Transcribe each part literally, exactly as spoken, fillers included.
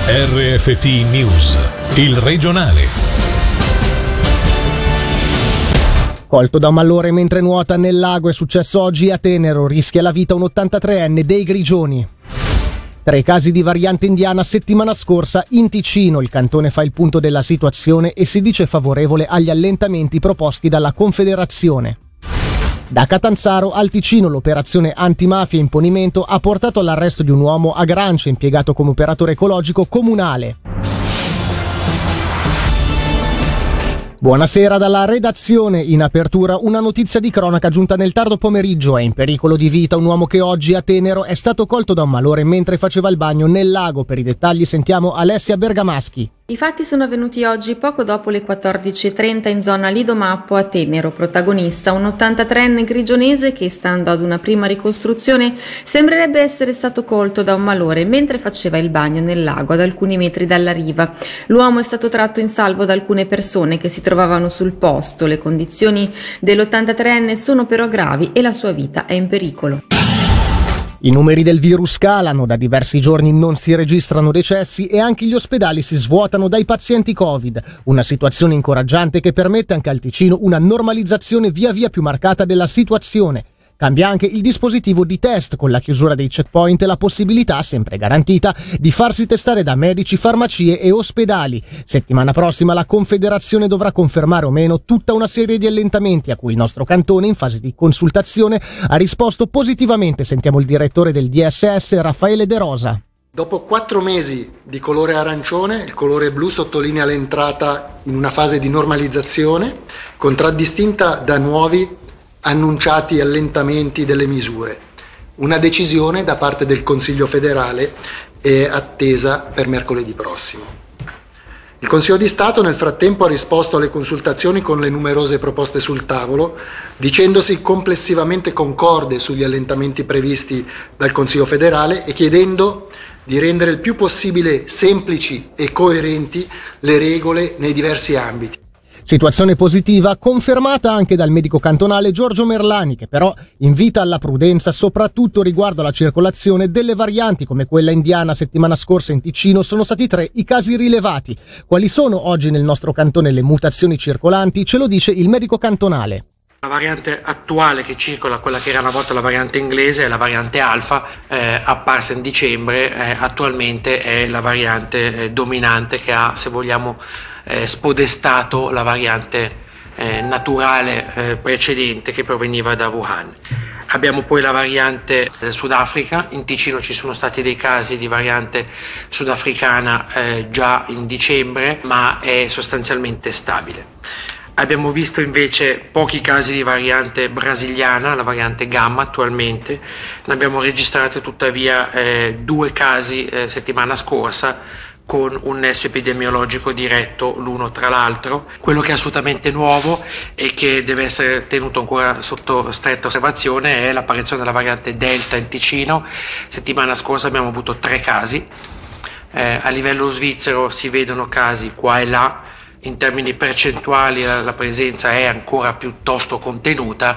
R F T News, il regionale. Colto da un malore mentre nuota nel lago, è successo oggi a Tenero, rischia la vita un ottantatreenne dei Grigioni. Tre casi di variante indiana settimana scorsa in Ticino. Il cantone fa il punto della situazione e si dice favorevole agli allentamenti proposti dalla Confederazione. Da Catanzaro al Ticino l'operazione antimafia e imponimento ha portato all'arresto di un uomo a Grancio impiegato come operatore ecologico comunale. Buonasera dalla redazione. In apertura una notizia di cronaca giunta nel tardo pomeriggio. È in pericolo di vita un uomo che oggi a Tenero è stato colto da un malore mentre faceva il bagno nel lago. Per i dettagli sentiamo Alessia Bergamaschi. I fatti sono avvenuti oggi poco dopo le quattordici e trenta in zona Lido Mappo a Tenero. Protagonista un ottantatreenne grigionese che, stando ad una prima ricostruzione, sembrerebbe essere stato colto da un malore mentre faceva il bagno nel lago ad alcuni metri dalla riva. L'uomo è stato tratto in salvo da alcune persone che si trovavano sul posto. Le condizioni dell'ottantatreenne sono però gravi e la sua vita è in pericolo. I numeri del virus calano, da diversi giorni non si registrano decessi e anche gli ospedali si svuotano dai pazienti Covid. Una situazione incoraggiante che permette anche al Ticino una normalizzazione via via più marcata della situazione. Cambia anche il dispositivo di test con la chiusura dei checkpoint e la possibilità, sempre garantita, di farsi testare da medici, farmacie e ospedali. Settimana prossima la Confederazione dovrà confermare o meno tutta una serie di allentamenti a cui il nostro cantone, in fase di consultazione, ha risposto positivamente. Sentiamo il direttore del D S S, Raffaele De Rosa. Dopo quattro mesi di colore arancione, il colore blu sottolinea l'entrata in una fase di normalizzazione, contraddistinta da nuovi annunciati allentamenti delle misure. Una decisione da parte del Consiglio federale è attesa per mercoledì prossimo. Il Consiglio di Stato nel frattempo ha risposto alle consultazioni con le numerose proposte sul tavolo, dicendosi complessivamente concorde sugli allentamenti previsti dal Consiglio federale e chiedendo di rendere il più possibile semplici e coerenti le regole nei diversi ambiti. Situazione positiva confermata anche dal medico cantonale Giorgio Merlani, che però invita alla prudenza soprattutto riguardo alla circolazione delle varianti come quella indiana. Settimana scorsa in Ticino sono stati tre i casi rilevati. Quali sono oggi nel nostro cantone le mutazioni circolanti? Ce lo dice il medico cantonale. La variante attuale che circola, quella che era una volta la variante inglese, è la variante alfa, eh, apparsa in dicembre, eh, attualmente è la variante eh, dominante che ha, se vogliamo, eh, spodestato la variante eh, naturale eh, precedente che proveniva da Wuhan. Abbiamo poi la variante del Sudafrica. In Ticino ci sono stati dei casi di variante sudafricana eh, già in dicembre, ma è sostanzialmente stabile. Abbiamo visto invece pochi casi di variante brasiliana, la variante Gamma attualmente. Ne abbiamo registrati tuttavia eh, due casi eh, settimana scorsa, con un nesso epidemiologico diretto l'uno tra l'altro. Quello che è assolutamente nuovo e che deve essere tenuto ancora sotto stretta osservazione è l'apparizione della variante Delta in Ticino. Settimana scorsa abbiamo avuto tre casi. Eh, a livello svizzero si vedono casi qua e là. In termini percentuali la presenza è ancora piuttosto contenuta,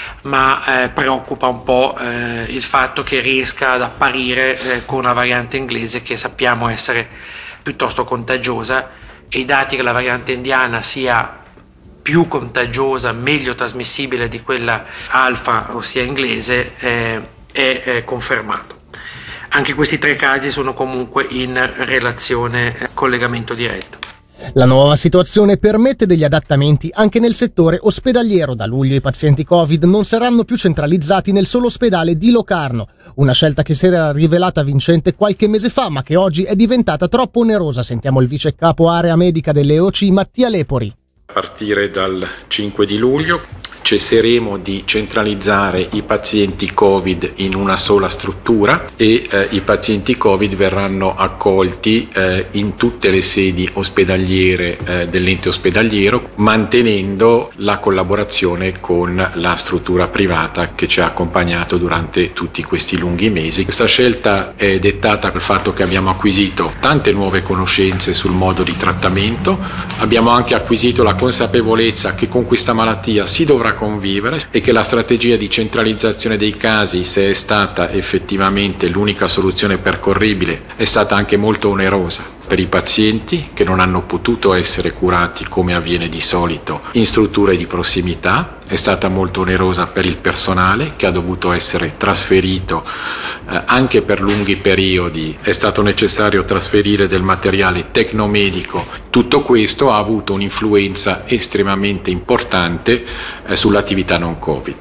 ma eh, preoccupa un po' eh, il fatto che riesca ad apparire eh, con una variante inglese che sappiamo essere piuttosto contagiosa, e i dati che la variante indiana sia più contagiosa, meglio trasmissibile di quella alfa, ossia inglese, eh, è eh, confermato. Anche questi tre casi sono comunque in relazione eh, collegamento diretto. La nuova situazione permette degli adattamenti anche nel settore ospedaliero. Da luglio i pazienti Covid non saranno più centralizzati nel solo ospedale di Locarno, una scelta che si era rivelata vincente qualche mese fa, ma che oggi è diventata troppo onerosa. Sentiamo il vice capo area medica dell'E O C, Mattia Lepori. A partire dal cinque di luglio cesseremo di centralizzare i pazienti Covid in una sola struttura e eh, i pazienti Covid verranno accolti eh, in tutte le sedi ospedaliere eh, dell'ente ospedaliero, mantenendo la collaborazione con la struttura privata che ci ha accompagnato durante tutti questi lunghi mesi. Questa scelta è dettata dal fatto che abbiamo acquisito tante nuove conoscenze sul modo di trattamento, abbiamo anche acquisito la consapevolezza che con questa malattia si dovrà convivere e che la strategia di centralizzazione dei casi, se è stata effettivamente l'unica soluzione percorribile, è stata anche molto onerosa. per i pazienti che non hanno potuto essere curati come avviene di solito in strutture di prossimità, è stata molto onerosa per il personale che ha dovuto essere trasferito eh, anche per lunghi periodi, è stato necessario trasferire del materiale tecnomedico. Tutto questo ha avuto un'influenza estremamente importante eh, sull'attività non Covid.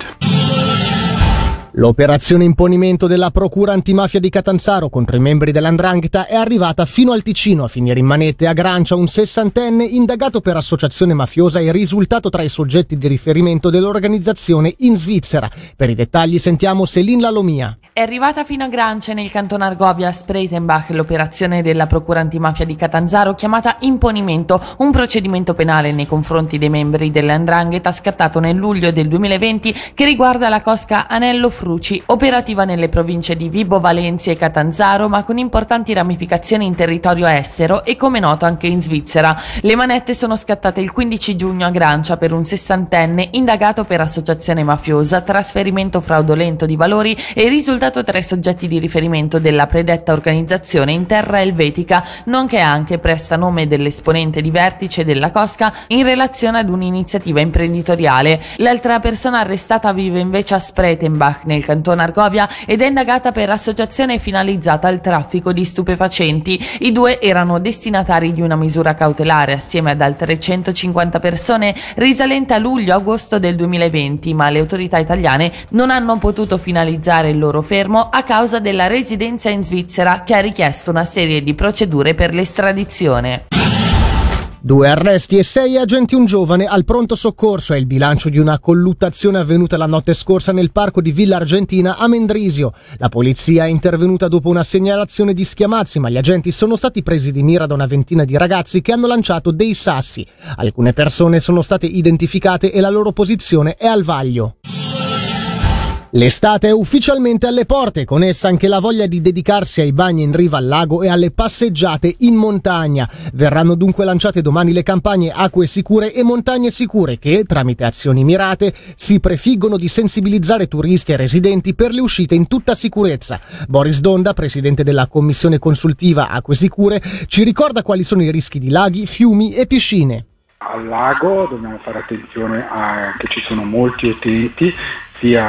L'operazione imponimento della Procura Antimafia di Catanzaro contro i membri dell'Andrangheta è arrivata fino al Ticino. A finire in manette a Grancia un sessantenne indagato per associazione mafiosa e risultato tra i soggetti di riferimento dell'organizzazione in Svizzera. Per i dettagli sentiamo Céline Lalomia. È arrivata fino a Grancia, nel canton Argovia Spreitenbach, l'operazione della Procura Antimafia di Catanzaro chiamata imponimento, un procedimento penale nei confronti dei membri dell'Andrangheta scattato nel luglio del duemilaventi che riguarda la cosca Anello Fruci, operativa nelle province di Vibo Valentia e Catanzaro, ma con importanti ramificazioni in territorio estero e, come noto, anche in Svizzera. Le manette sono scattate il quindici giugno a Grancia per un sessantenne indagato per associazione mafiosa, trasferimento fraudolento di valori e risultato tra i soggetti di riferimento della predetta organizzazione in terra elvetica, nonché anche prestanome dell'esponente di vertice della cosca in relazione ad un'iniziativa imprenditoriale. L'altra persona arrestata vive invece a Spreitenbach, nel canton Argovia, ed è indagata per associazione finalizzata al traffico di stupefacenti. I due erano destinatari di una misura cautelare assieme ad altre centocinquanta persone risalente a luglio-agosto del duemilaventi, ma le autorità italiane non hanno potuto finalizzare il loro fermo a causa della residenza in Svizzera, che ha richiesto una serie di procedure per l'estradizione. Due arresti e sei agenti un giovane al pronto soccorso è il bilancio di una colluttazione avvenuta la notte scorsa nel parco di Villa Argentina a Mendrisio. La polizia è intervenuta dopo una segnalazione di schiamazzi, ma gli agenti sono stati presi di mira da una ventina di ragazzi che hanno lanciato dei sassi. Alcune persone sono state identificate e la loro posizione è al vaglio. L'estate è ufficialmente alle porte, con essa anche la voglia di dedicarsi ai bagni in riva al lago e alle passeggiate in montagna. Verranno dunque lanciate domani le campagne Acque Sicure e Montagne Sicure che, tramite azioni mirate, si prefiggono di sensibilizzare turisti e residenti per le uscite in tutta sicurezza. Boris Donda, presidente della commissione consultiva Acque Sicure, ci ricorda quali sono i rischi di laghi, fiumi e piscine. Al lago dobbiamo fare attenzione a che ci sono molti utenti, sia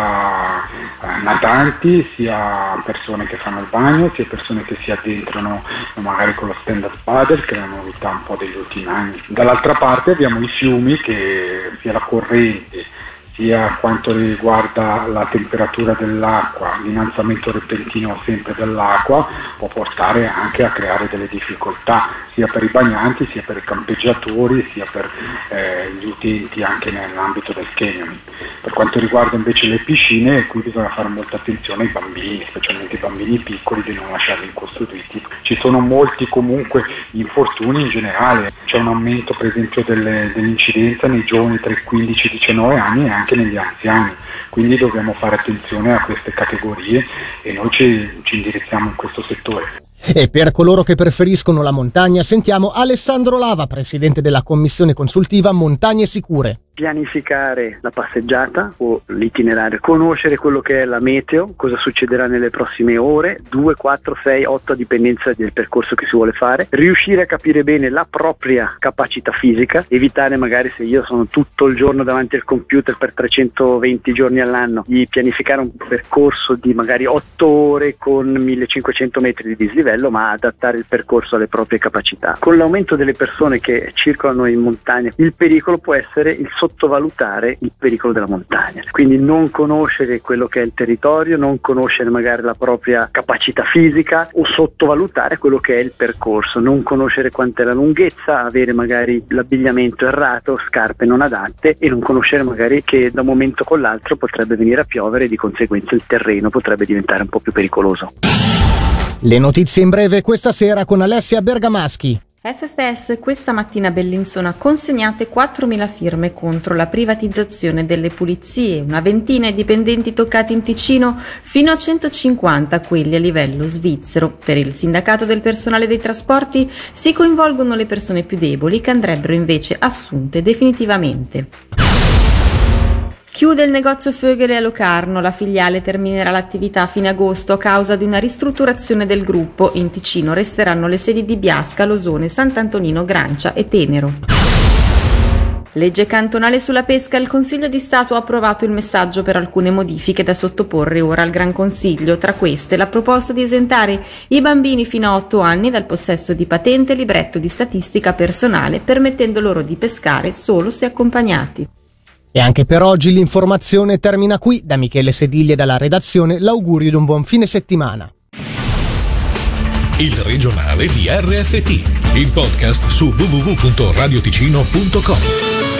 eh, natanti, sia persone che fanno il bagno, sia persone che si addentrano magari con lo stand-up paddle, che è una novità un po' degli ultimi anni. Dall'altra parte abbiamo i fiumi, che sia la corrente, sia quanto riguarda la temperatura dell'acqua, l'innalzamento repentino sempre dell'acqua può portare anche a creare delle difficoltà sia per i bagnanti, sia per i campeggiatori, sia per eh, gli utenti anche nell'ambito del canyoning. Per quanto riguarda invece le piscine, qui bisogna fare molta attenzione ai bambini, specialmente ai bambini piccoli, di non lasciarli incostruiti. Ci sono molti comunque infortuni in generale, c'è un aumento per esempio delle, dell'incidenza nei giovani tra i quindici e i diciannove anni e anche negli anziani, quindi dobbiamo fare attenzione a queste categorie e noi ci, ci indirizziamo in questo settore. E per coloro che preferiscono la montagna sentiamo Alessandro Lava, presidente della commissione consultiva Montagne Sicure. Pianificare la passeggiata o l'itinerario, conoscere quello che è la meteo, cosa succederà nelle prossime ore, due, quattro, sei, otto a dipendenza del percorso che si vuole fare, riuscire a capire bene la propria capacità fisica, evitare magari, se io sono tutto il giorno davanti al computer per trecentoventi giorni all'anno, di pianificare un percorso di magari otto ore con millecinquecento metri di dislivello, ma adattare il percorso alle proprie capacità. Con l'aumento delle persone che circolano in montagna, il pericolo può essere il sottovalutare il pericolo della montagna, quindi non conoscere quello che è il territorio, non conoscere magari la propria capacità fisica o sottovalutare quello che è il percorso, non conoscere quant'è la lunghezza, avere magari l'abbigliamento errato, scarpe non adatte e non conoscere magari che da un momento con l'altro potrebbe venire a piovere e di conseguenza il terreno potrebbe diventare un po' più pericoloso. Le notizie in breve questa sera con Alessia Bergamaschi. F F S questa mattina a Bellinzona ha consegnate quattromila firme contro la privatizzazione delle pulizie, una ventina i dipendenti toccati in Ticino, fino a centocinquanta quelli a livello svizzero. Per il sindacato del personale dei trasporti si coinvolgono le persone più deboli che andrebbero invece assunte definitivamente. Chiude il negozio Vögele a Locarno, la filiale terminerà l'attività a fine agosto a causa di una ristrutturazione del gruppo. In Ticino resteranno le sedi di Biasca, Losone, Sant'Antonino, Grancia e Tenero. Legge cantonale sulla pesca. Il Consiglio di Stato ha approvato il messaggio per alcune modifiche da sottoporre ora al Gran Consiglio. Tra queste la proposta di esentare i bambini fino a otto anni dal possesso di patente e libretto di statistica personale, permettendo loro di pescare solo se accompagnati. E anche per oggi l'informazione termina qui. Da Michele Sediglie e dalla redazione l'augurio di un buon fine settimana. Il regionale di R F T, il podcast su w w w punto radioticino punto com.